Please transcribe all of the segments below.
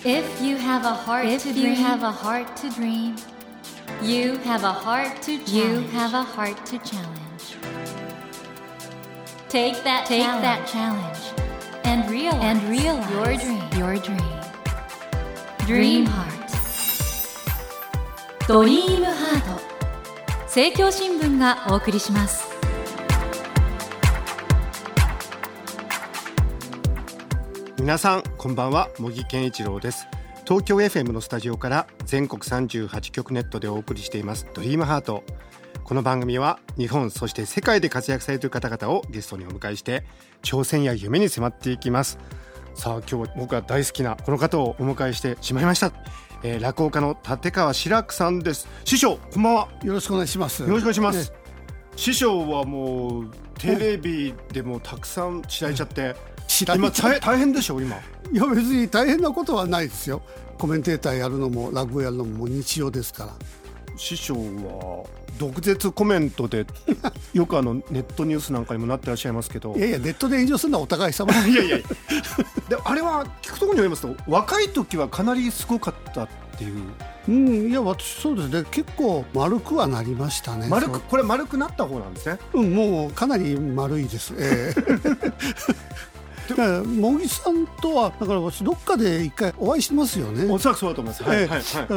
If you have a heart to dream, you have a heart to dream. You have a heart to challenge. You have a heart to challenge. Take that challenge and realize your dream. Dream Heart. ドリームハート。政教新聞がお送りします。 皆さんこんばんは、茂木健一郎です。東京 FM のスタジオから全国38局ネットでお送りしていますドリームハート。この番組は日本そして世界で活躍されている方々をゲストにお迎えして挑戦や夢に迫っていきます。さあ今日は僕が大好きなこの方をお迎えしてしまいました。落語家の立川志らくさんです。師匠こんばんは。 よろしくお願いします。 よろしくお願いします。師匠はもうテレビでもたくさん知られちゃって、今大変でしょ今。 いや別に大変なことはないですよ。コメンテーターやるのも落語やるのも日常ですから。 師匠は毒舌コメントでよくネットニュースなんかにもなってらっしゃいますけど。 いやいやネットで炎上するのはお互い様いやいやであれは聞くところによりますと若い時はかなりすごかったっていう。 いや私そうですね、結構丸くはなりましたね。 これ丸くなった方なんですね。 もうかなり丸いです。だから茂木さんとはだから私どっかで一回お会いしてますよね。 おそらくそうだと思います。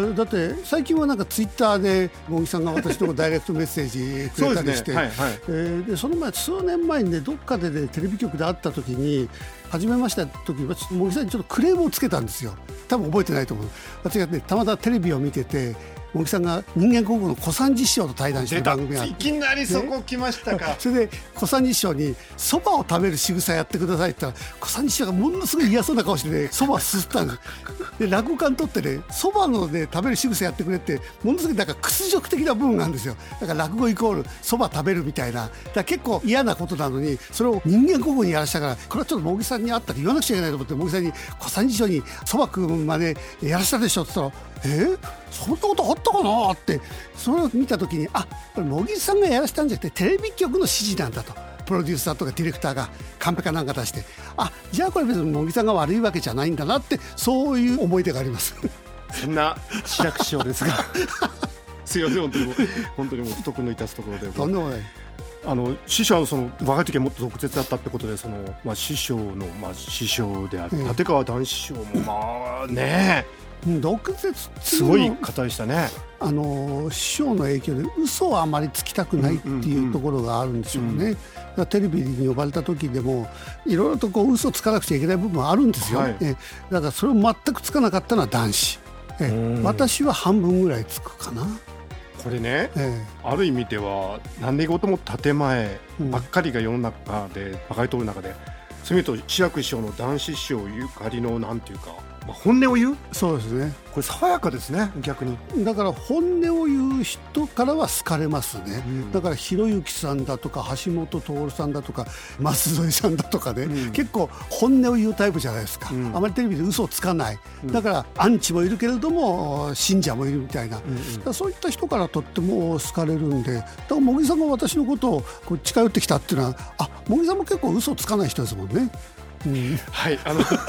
だって最近はなんかツイッターで茂木さんが私のダイレクトメッセージくれたりしてでその前数年前にねどっかで、ね、テレビ局で会った時に初めました時茂木さんにちょっとクレームをつけたんですよ。多分覚えてないと思う。私がねたまたまテレビを見てて茂木さんが人間国宝の小三治師匠と対談してる番組があって、 いきなりそこ来ましたか。 それで小三治師匠にそばを食べる仕草やってくださいって言ったら小三治師匠がものすごい嫌そうな顔してねそばすすったんです。で落語家にとってねそばのね食べる仕草やってくれってものすごいなんか屈辱的な部分なんですよ。だから落語イコールそば食べるみたいな、だから結構嫌なことなのにそれを人間国宝にやらしたからこれはちょっと茂木さんに会ったら言わなくちゃいけないと思って茂木さんに小三治師匠にそば食うまでやらしたでしょって言ったらそんなことあったかなってそれを見たときにこれ茂木さんがやらせたんじゃなくてテレビ局の指示なんだと。プロデューサーとかディレクターがカンペかなんか出してじゃあこれ別に茂木さんが悪いわけじゃないんだなってそういう思い出があります。 そんな志らく師匠ですがすいません本当にもう不徳の致すところで。 とんでもない。 師匠はその若い時はもっと毒舌だったってことで師匠の、師匠である立川談志師匠もね毒舌すごい方でしたね。 師匠の影響で嘘はあまりつきたくないっていうところがあるんでしょうね。テレビに呼ばれた時でもいろいろと嘘つかなくちゃいけない部分はあるんですよ、だからそれを全くつかなかったのは談志、私は半分ぐらいつくかな。 これね、ある意味では何事も建前ばっかりが世の中で馬鹿り通る中で、そういう意味と志らく師匠の談志師匠ゆかりのなんていうか本音を言う。 そうですね。 これ爽やかですね逆に。 だから本音を言う人からは好かれますね、だからひろゆきさんだとか橋本徹さんだとか舛添さんだとかね、結構本音を言うタイプじゃないですか、あまりテレビで嘘をつかない、だからアンチもいるけれども信者もいるみたいな、だからそういった人からとっても好かれるんで、だから茂木さんが私のことを近寄ってきたっていうのは茂木さんも結構嘘をつかない人ですもんね。 はい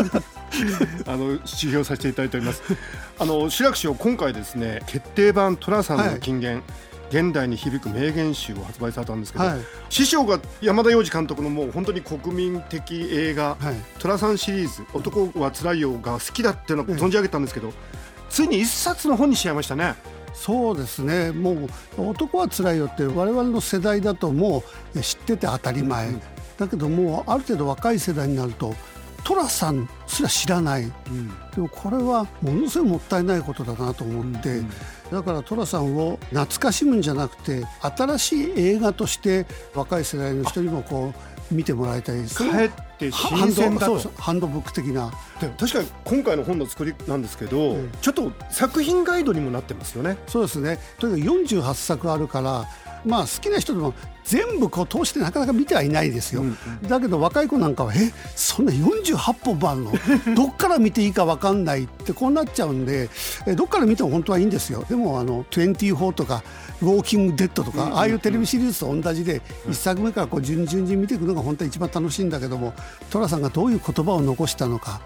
指標させていただいております。志らく師匠今回ですね決定版寅さんの金言、現代に響く名言集を発売されたんですけど、師匠が山田洋次監督のもう本当に国民的映画、寅さんシリーズ男はつらいよが好きだっていうのを存じ上げたんですけど、ついに一冊の本にしちゃいましたね。 そうですね。もう男はつらいよって我々の世代だともう知ってて当たり前、だけどもうある程度若い世代になると寅さんすら知らない、でもこれはものすごいもったいないことだなと思って、だから寅さんを懐かしむんじゃなくて新しい映画として若い世代の人にも見てもらいたい。 かえって新鮮だと。 ハンドブック的な。 確かに今回の本の作りなんですけど、ちょっと作品ガイドにもなってますよね。 そうですね。とにかく48作あるから好きな人でも全部通してなかなか見てはいないですよ、だけど若い子なんかはそんな48本もあるのどっから見ていいか分かんないってこうなっちゃうんで、どっから見ても本当はいいんですよ。でも24とかウォーキングデッドとか、ああいうテレビシリーズと同じで1作目から順々に見ていくのが本当は一番楽しいんだけども、寅さんがどういう言葉を残したのか、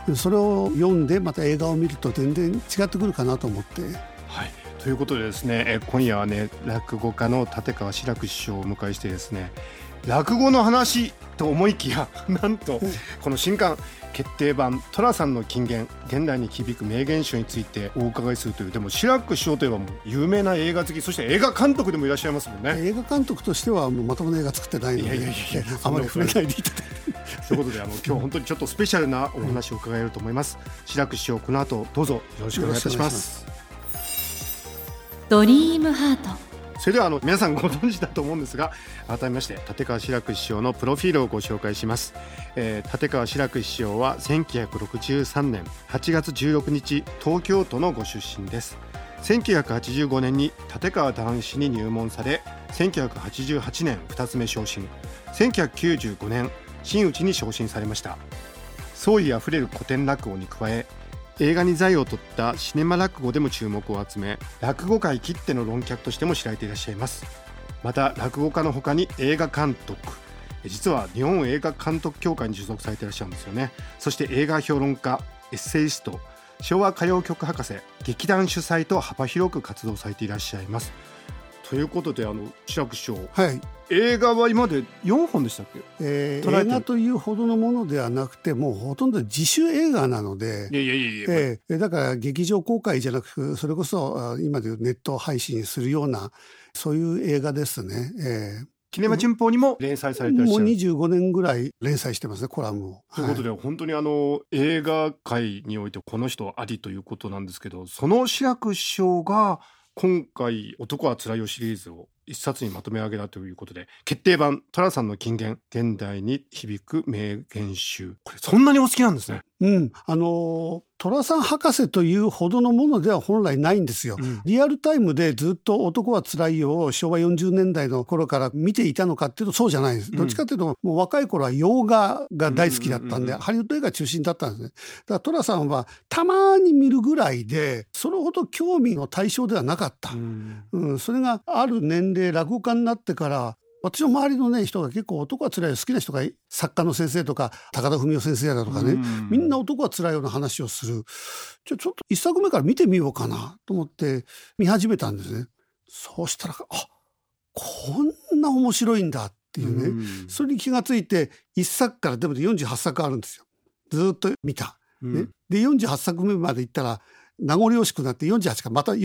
それを読んでまた映画を見ると全然違ってくるかなと思って。 はい、ということでですね、今夜はね落語家の立川志らく師匠をお迎えしてですね、落語の話と思いきやなんとこの新刊決定版寅さんの金言現代に響く名言集についてお伺いするという。でも志らく師匠といえばもう有名な映画好き、そして映画監督でもいらっしゃいますもんね。 映画監督としてはもうまともな映画作ってないのであまり触れないでいただいてということで今日本当にちょっとスペシャルなお話を伺えると思います。志らく師匠、この後どうぞよろしくお願いいたします。 ドリームハート。 それでは皆さんご存知だと思うんですが、改めまして立川志らく師匠のプロフィールをご紹介します。立川志らく師匠は1963年8月16日東京都のご出身です。1985年に立川談志に入門され、1988年2つ目昇進、1995年真打ちに昇進されました。創意あふれる古典落語に加え、映画に財を取ったシネマ落語でも注目を集め、落語界きっての論客としても知られていらっしゃいます。また落語家の他に映画監督、実は日本映画監督協会に所属されていらっしゃるんですよね。そして映画評論家、エッセイスト、昭和歌謡曲博士、劇団主催と幅広く活動されていらっしゃいます。ということで志らく師匠、 はい、 映画は今まで4本でしたっけ？ 映画というほどのものではなくて、もうほとんど自主映画なので、だから劇場公開じゃなく、それこそ今でいうネット配信するようなそういう映画ですね。 キネマ旬報にも連載されていらっしゃる。 もう25年ぐらい連載してますね、コラムを。 ということで、本当に映画界においてこの人ありということなんですけど、その志らく師匠が今回男はつらいよシリーズを一冊にまとめ上げたということで、決定版寅さんの金言現代に響く名言集、これそんなにお好きなんですね。寅さん博士というほどのものでは本来ないんですよ。リアルタイムでずっと男はつらいよを昭和40年代の頃から見ていたのかっていうとそうじゃないです。どっちかというともう若い頃は洋画が大好きだったんで、ハリウッド映画中心だったんですね。だから寅さんはたまに見るぐらいでそれほど興味の対象ではなかった。それがある年齢落語家になってから、私の周りのね人が結構男はつらいよ好きな人が作家の先生とか高田文夫先生だとかね、みんな男はつらいような話をする。ちょっと一作目から見てみようかなと思って見始めたんですね。そうしたらこんな面白いんだっていうね、それに気がついて一作からでも48作あるんですよ。ずっと見た、ね、で48作目まで行ったら名残惜しくなって48からまた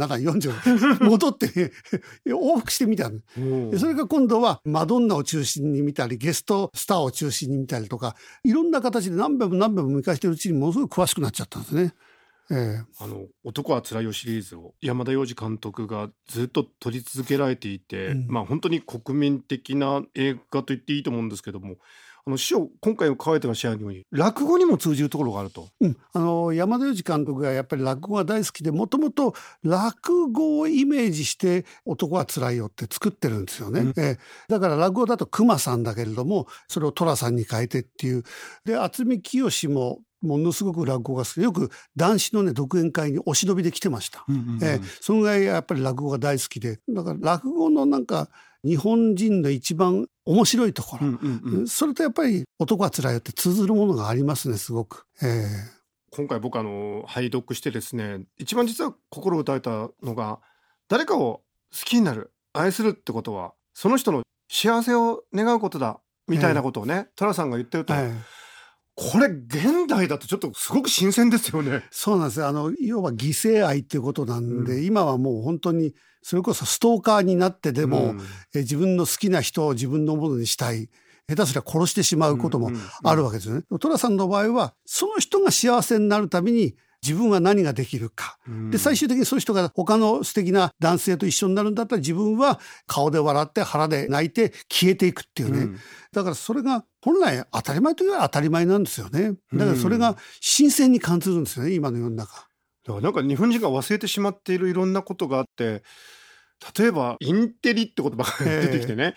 47、40戻ってね往復してみたの。それが今度はマドンナを中心に見たりゲストスターを中心に見たりとか、いろんな形で何べも見返してるうちにものすごく詳しくなっちゃったんですね。 男はつらいよシリーズを山田洋次監督がずっと撮り続けられていて、本当に国民的な映画と言っていいと思うんですけども、師匠今回書いてらっしゃるように落語にも通じるところがあると。山田洋次監督がやっぱり落語が大好きで、もともと落語をイメージして男はつらいよって作ってるんですよね。だから落語だと熊さんだけれどもそれを寅さんに変えてっていう。で渥美清もものすごく落語が好きで、よく談志のね独演会にお忍びで来てました。そのぐらいやっぱり落語が大好きで、だから落語のなんか日本人の一番面白いところ、それとやっぱり男はつらいよって通ずるものがありますね、すごく。 今回僕拝読してですね、一番実は心を打たれたのが、誰かを好きになる、愛するってことはその人の幸せを願うことだみたいなことをね、寅さんが言ってると、これ現代だとちょっとすごく新鮮ですよね。 そうなんですよ。要は犠牲愛っていうことなんで、今はもう本当にそれこそストーカーになってでも、自分の好きな人を自分のものにしたい、下手すりゃ殺してしまうこともあるわけですよね。寅さんの場合はその人が幸せになるために自分は何ができるか、で最終的にそういう人が他の素敵な男性と一緒になるんだったら自分は顔で笑って腹で泣いて消えていくっていうね、だからそれが本来当たり前というのは当たり前なんですよね。だからそれが新鮮に感じるんですよね、今の世の中。だからなんか日本人が忘れてしまっているいろんなことがあって、例えばインテリって言葉が出てきてね、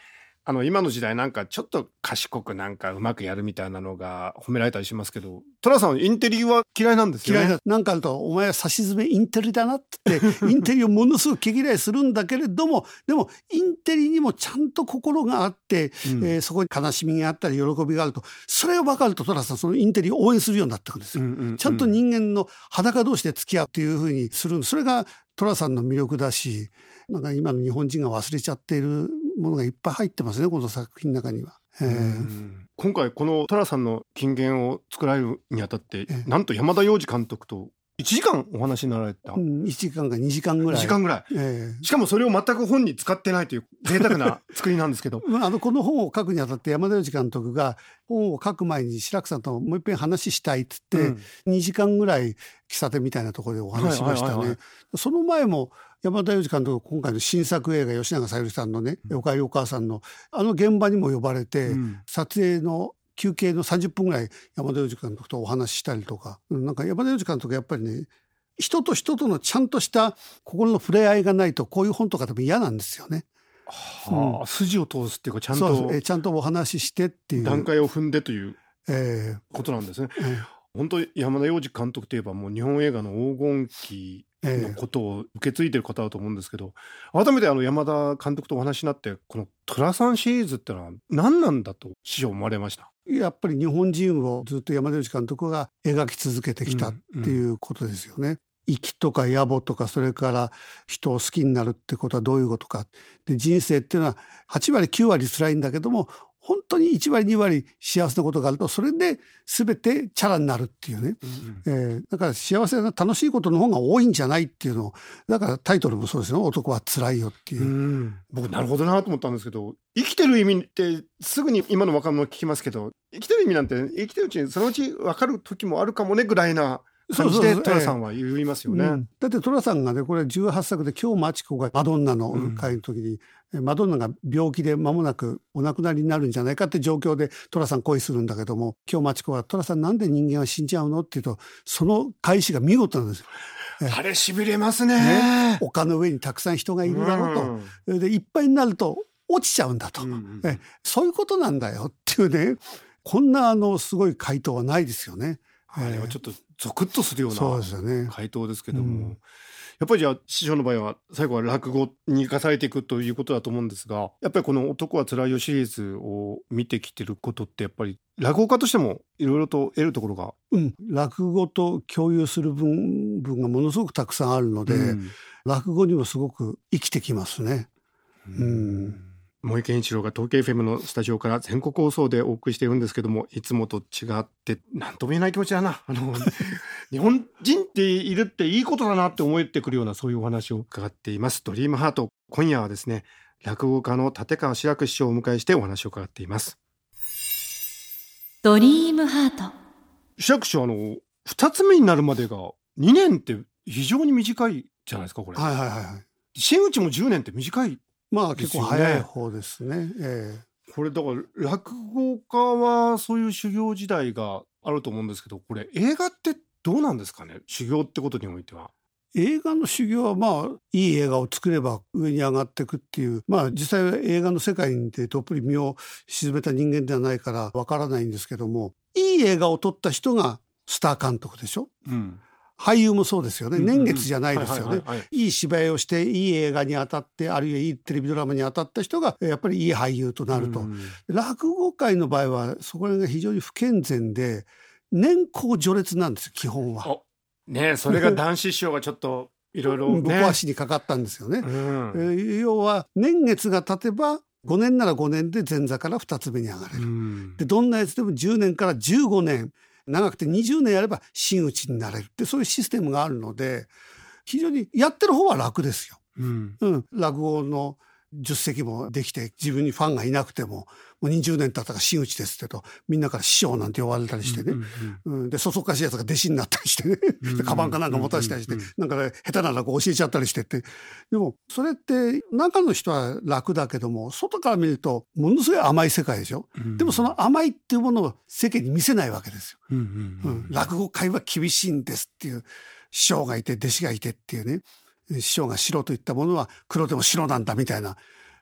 今の時代なんかちょっと賢くなんかうまくやるみたいなのが褒められたりしますけど、寅さんインテリは嫌いなんですよね。 嫌いだ。なんかあるとお前はさしずめインテリだなってインテリをものすごく毛嫌いするんだけれども、でもインテリにもちゃんと心があって、そこに悲しみがあったり喜びがあると、それが分かると寅さんそのインテリを応援するようになってくるんですよ、ちゃんと人間の裸同士で付き合うっていうふうにする。それが寅さんの魅力だし、なんか今の日本人が忘れちゃっているものがいっぱい入ってますね、この作品の中には。 今回この寅さんの金言を作られるにあたって、なんと山田洋次監督と1時間お話になられた、 1時間か2時間ぐらい、 2時間ぐらい、しかもそれを全く本に使ってないという贅沢な作りなんですけどこの本を書くにあたって山田洋次監督が本を書く前に白くさんともう一遍話したいっつって、2時間ぐらい喫茶店みたいなところでお話しましたね。その前も山田洋次監督、今回の新作映画吉永小百合さんのね、おかえりお母さんの現場にも呼ばれて、撮影の休憩の30分ぐらい山田洋次監督とお話ししたりとか、なんか山田洋次監督やっぱりね、人と人とのちゃんとした心の触れ合いがないとこういう本とかでも嫌なんですよね。 筋を通すっていうかちゃんとお話ししてっていう段階を踏んでということなんですね。本当に山田洋次監督といえばもう日本映画の黄金期のことを受け継いでる方だと思うんですけど、改めて山田監督とお話になって、この寅さんシリーズってのは何なんだと師匠思われました？ やっぱり日本人をずっと山田洋次監督が描き続けてきたっていうことですよね。粋とか野暮とか、それから人を好きになるってことはどういうことか。で、人生っていうのは8割9割辛いんだけども、本当に1割2割幸せなことがあると、それで全てチャラになるっていうね、だから幸せな楽しいことの方が多いんじゃないっていうのを、だからタイトルもそうですよ、男は辛いよっていう。 僕なるほどなと思ったんですけど、生きてる意味ってすぐに今の若者聞きますけど、生きてる意味なんて生きてるうちにそのうち分かる時もあるかもねぐらいな感じで寅さんは言いますよね。 だって寅さんがね、これ18作で京マチ子がマドンナの会の時に、マドンナが病気で間もなくお亡くなりになるんじゃないかって状況で寅さん恋するんだけども、京マチ子は寅さんなんで人間は死んじゃうのって言うと、その返しが見事なんですよ。 あれしびれますね。 丘の上にたくさん人がいるだろうと、でいっぱいになると落ちちゃうんだと、そういうことなんだよっていうね、こんなすごい回答はないですよね。 あれはちょっとゾクッとするような回答ですけども、やっぱりじゃあ師匠の場合は最後は落語に生かされていくということだと思うんですが、やっぱりこの男はつらいよシリーズを見てきてることってやっぱり落語家としてもいろいろと得るところが、 落語と共有する部分がものすごくたくさんあるので、落語にもすごく生きてきますね。 森健一郎が東京 FM のスタジオから全国放送でお送りしているんですけども、いつもと違って何とも言えない気持ちだな。日本人っているっていいことだなって思えてくるような、そういうお話を伺っています。ドリームハート、今夜はですね、落語家の立川志らく師匠をお迎えしてお話を伺っています。 ドリームハート。 志らく師匠、2つ目になるまでが2年って非常に短いじゃないですか、これ。真打ちも10年って短い。 結構早い方ですね。 これだから落語家はそういう修行時代があると思うんですけど、これ映画ってどうなんですかね、修行ってことにおいては。 映画の修行はいい映画を作れば上に上がっていくっていう、実際は映画の世界にどっぷり身を沈めた人間ではないからわからないんですけども、いい映画を撮った人がスター監督でしょ。俳優もそうですよね。年月じゃないですよね。いい芝居をしていい映画に当たって、あるいはいいテレビドラマに当たった人がやっぱりいい俳優となると。落語界の場合はそこら辺が非常に不健全で、年功序列なんですよ、基本は。 それが男子師匠がちょっといろいろ僕足にかかったんですよね。要は年月が経てば5年なら5年で前座から2つ目に上がれる。でどんなやつでも10年から15年、長くて20年やれば真打ちになれるって、そういうシステムがあるので、非常にやってる方は楽ですよ。落語の10席もできて、自分にファンがいなくてももう20年経ったから真打ちですってと、みんなから師匠なんて呼ばれたりしてね、でそそっかしいやつが弟子になったりしてね、でカバンかなんか持たせたりして、なんかね、下手な落語教えちゃったりしてって。でもそれって中の人は楽だけども、外から見るとものすごい甘い世界でしょ。でもその甘いっていうものを世間に見せないわけですよ。落語界は厳しいんですっていう師匠がいて弟子がいてっていうね、師匠が白といったものは黒でも白なんだみたいな、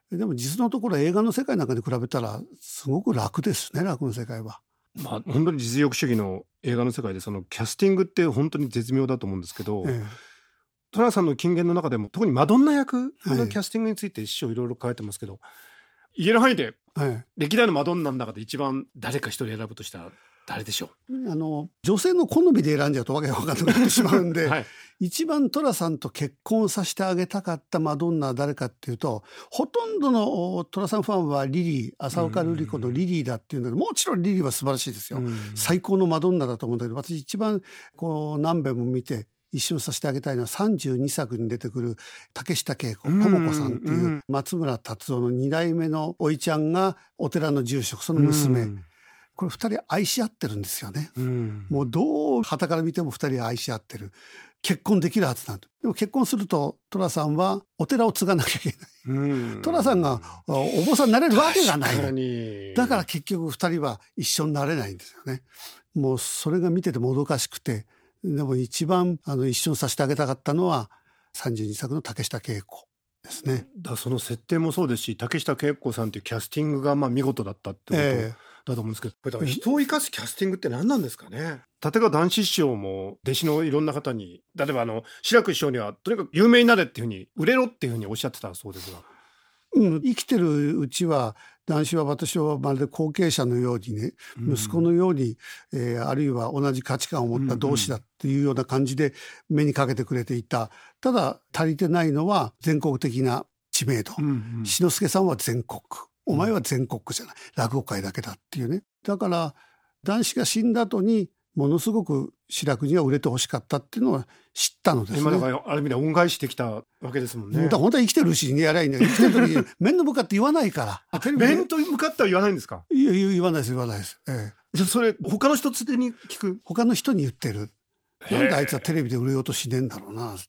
でも実のところ映画の世界なんかに比べたらすごく楽ですね、楽の世界は。 まあ、本当に実力主義の映画の世界でそのキャスティングって本当に絶妙だと思うんですけど、寅さんの金言の中でも特にマドンナ役のキャスティングについて師匠いろいろ書いてますけど、言える範囲で歴代のマドンナの中で一番誰か一人選ぶとしたら誰でしょう？ 女性の好みで選んじゃうとわけが分からなくなってしまうんで、一番寅さんと結婚させてあげたかったマドンナは誰かっていうと、ほとんどの寅さんファンはリリー、浅岡瑠璃子のリリーだっていうんだけど、もちろんリリーは素晴らしいですよ。最高のマドンナだと思うんだけど、私一番何遍も見て一緒にさせてあげたいのは32作に出てくる竹下恵子、智子さんっていう松村達夫の2代目のおいちゃんがお寺の住職、その娘、これ2人愛し合ってるんですよね。もうどう傍から見ても2人愛し合ってる。結婚できるはずなんだ。でも結婚すると寅さんはお寺を継がなきゃいけない。寅さんがお坊さんになれるわけがない。だから結局2人は一緒になれないんですよね。もうそれが見ててもどかしくて、でも一番一緒にさせてあげたかったのは32作の竹下恵子ですね。 その設定もそうですし、竹下恵子さんというキャスティングが見事だったってことだと思うんですけど、だから人を生かすキャスティングって何なんですかね。立川談志師匠も弟子のいろんな方に、例えば志らく師匠にはとにかく有名になれっていうふうに、売れろっていうふうにおっしゃってたそうですが、 生きてるうちは談志は私はまるで後継者のようにね、息子のように、あるいは同じ価値観を持った同志だっていうような感じで目にかけてくれていた。ただ足りてないのは全国的な知名度。志の輔さんは全国、お前は全国じゃない、落語界だけだっていうね。だから談志が死んだ後にものすごく志らくには売れてほしかったっていうのは知ったのですね。 今だからある意味で恩返しできたわけですもんね。 本当は生きてるうちにやりゃいいんだけど、生きてる時に面と向かって言わないから面と向かっては言わないんですか？ 言わないです。 じゃそれ他の人つてに聞く？ 他の人に言ってる。なんであいつはテレビで売れようとしねえんだろうなって、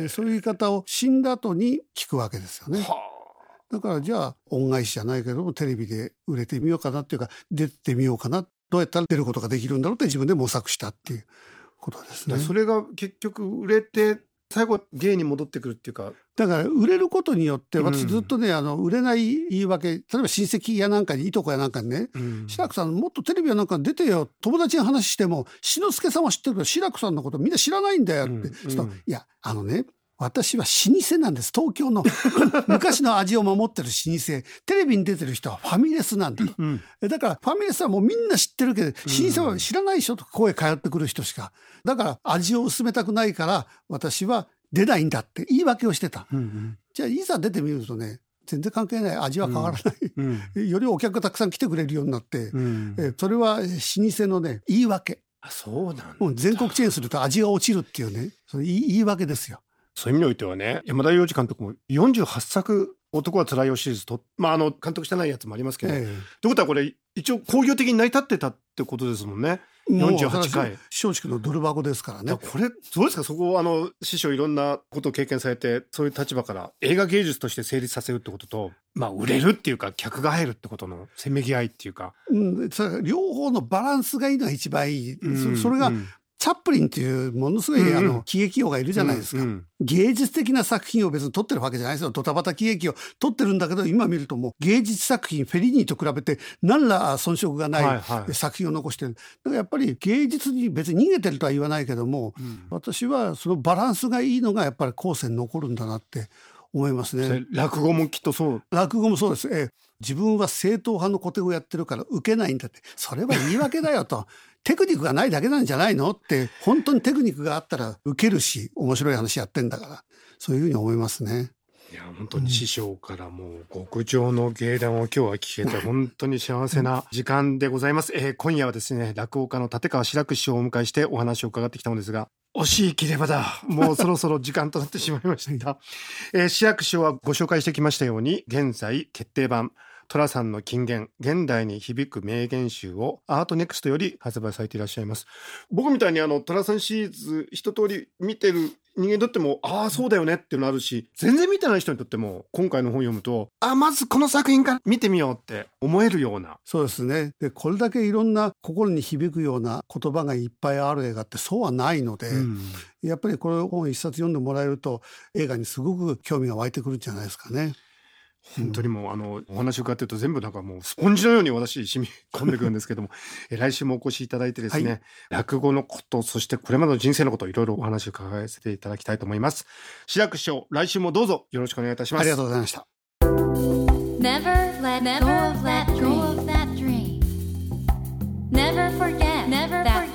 そういう言い方を死んだ後に聞くわけですよね。だからじゃあ恩返しじゃないけどもテレビで売れてみようかなっていうか、出てみようかな、どうやったら出ることができるんだろうって自分で模索したっていうことですね。 それが結局売れて最後芸に戻ってくるっていうか、 だから売れることによって私ずっとね、売れない言い訳、例えば親戚やなんかにいとこやなんかにね、志らくさんもっとテレビやなんかに出てよ、友達に話しても志の輔さんは知ってるけど志らくさんのことみんな知らないんだよって、いや私は老舗なんです。東京の昔の味を守ってる老舗。テレビに出てる人はファミレスなんだと。だからファミレスはもうみんな知ってるけど、老舗は知らない人と声通ってくる人しか。だから味を薄めたくないから私は出ないんだって言い訳をしてた。じゃあいざ出てみるとね、全然関係ない、味は変わらない、よりお客がたくさん来てくれるようになって、それは老舗のね言い訳。 そうなんだ。 全国チェーンすると味が落ちるっていうね、それ言い訳ですよ。 そういう意味においてはね、山田洋次監督も48作男はつらいよシリーズと、監督してないやつもありますけど、ということはこれ一応興行的に成り立ってたってことですもんね。48回松竹のドル箱ですからね。 これどうですか、そこを師匠いろんなことを経験されて、そういう立場から映画芸術として成立させるってことと、売れるっていうか客が入るってことのせめぎ合いっていうか、 両方のバランスがいいのが一番いい。それがチャップリンっていうものすごい喜劇王がいるじゃないですか。芸術的な作品を別に撮ってるわけじゃないですよ。ドタバタ喜劇を撮ってるんだけど、今見るともう芸術作品、フェリーニと比べて何ら遜色がない作品を残してる。だからやっぱり芸術に別に逃げてるとは言わないけども、私はそのバランスがいいのがやっぱり後世に残るんだなって思いますね。 落語もきっとそう。 落語もそうです。自分は正統派の古典をやってるから受けないんだって、それは言い訳だよと。テクニックがないだけなんじゃないのって、本当にテクニックがあったら受けるし、面白い話やってんだから、そういうふうに思いますね。 いや本当に師匠からもう極上の芸談を今日は聞けて本当に幸せな時間でございます。今夜はですね、落語家の立川志らく師匠をお迎えしてお話を伺ってきたのですが、惜しい切れ場だ。もうそろそろ時間となってしまいました。志らく師匠はご紹介してきましたように、現在決定版寅さんの金言、現代に響く名言集をアートネクストより発売されていらっしゃいます。僕みたいに寅さんシリーズ一通り見てる人間にとっても、そうだよねっていうのあるし、全然見てない人にとっても今回の本を読むと、まずこの作品から見てみようって思えるような。 そうですね。でこれだけいろんな心に響くような言葉がいっぱいある映画ってそうはないので、やっぱりこれを本一冊読んでもらえると映画にすごく興味が湧いてくるんじゃないですかね。 本当にもうお話を伺ってると全部なんかもうスポンジのように私染み込んでくるんですけども来週もお越しいただいてですね、はい、落語のことそしてこれまでの人生のこといろいろお話を伺わせていただきたいと思います。志らく師匠、来週もどうぞよろしくお願いいたします。 ありがとうございました。 Never let go of that dream. Never forget that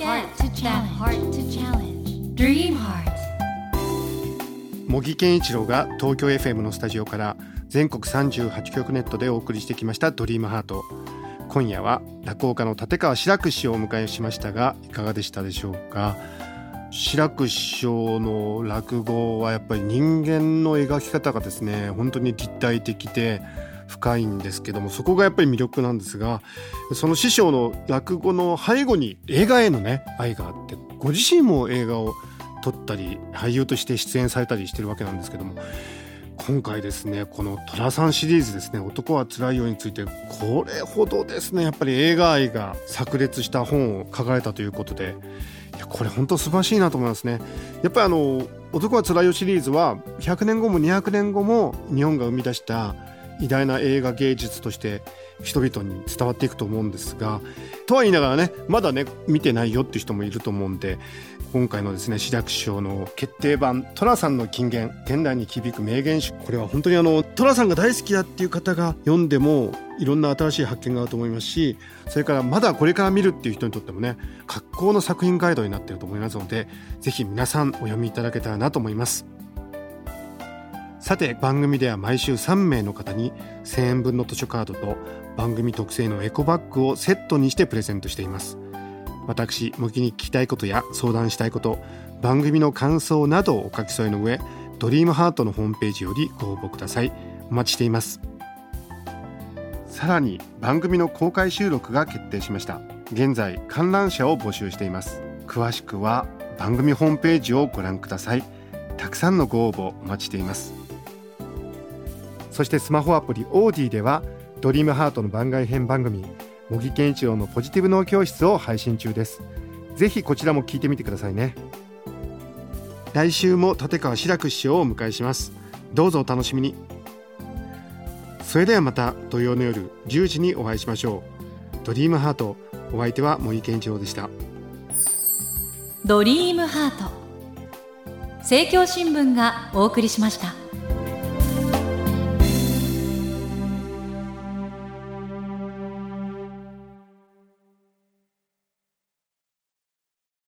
heart to challenge. Dream heart. 茂木健一郎が東京 FM のスタジオから全国38局ネットでお送りしてきましたドリームハート。今夜は落語家の立川志らく師匠をお迎えしましたがいかがでしたでしょうか。志らく師匠の落語はやっぱり人間の描き方がですね本当に立体的で深いんですけども、そこがやっぱり魅力なんですが、その師匠の落語の背後に映画へのね愛があって、ご自身も映画を撮ったり俳優として出演されたりしてるわけなんですけども、今回ですねこの寅さんシリーズですね、男はつらいよについてこれほどですねやっぱり映画愛が炸裂した本を書かれたということで、いやこれ本当素晴らしいなと思いますね。やっぱり男はつらいよシリーズは100年後も200年後も日本が生み出した偉大な映画芸術として人々に伝わっていくと思うんですが、とは言いながらねまだね見てないよっていう人もいると思うんで、今回のですね志らく師匠の決定版寅さんの金言現代に響く名言集、これは本当に寅さんが大好きだっていう方が読んでもいろんな新しい発見があると思いますし、それからまだこれから見るっていう人にとってもね格好の作品ガイドになっていると思いますので、ぜひ皆さんお読みいただけたらなと思います。さて番組では毎週3名の方に1000円分の図書カードと番組特製のエコバッグをセットにしてプレゼントしています。私茂木に聞きたいことや相談したいこと、番組の感想などをお書き添えの上、ドリームハートのホームページよりご応募ください。お待ちしています。さらに番組の公開収録が決定しました。現在観覧者を募集しています。詳しくは番組ホームページをご覧ください。たくさんのご応募お待ちしています。そしてスマホアプリオーディではドリームハートの番外編番組茂木健一郎のポジティブ脳教室を配信中です。ぜひこちらも聞いてみてくださいね。来週も立川志らく師匠をお迎えします。どうぞお楽しみに。それではまた土曜の夜10時にお会いしましょう。ドリームハート、お相手は茂木健一郎でした。 ドリームハート、政教新聞がお送りしました。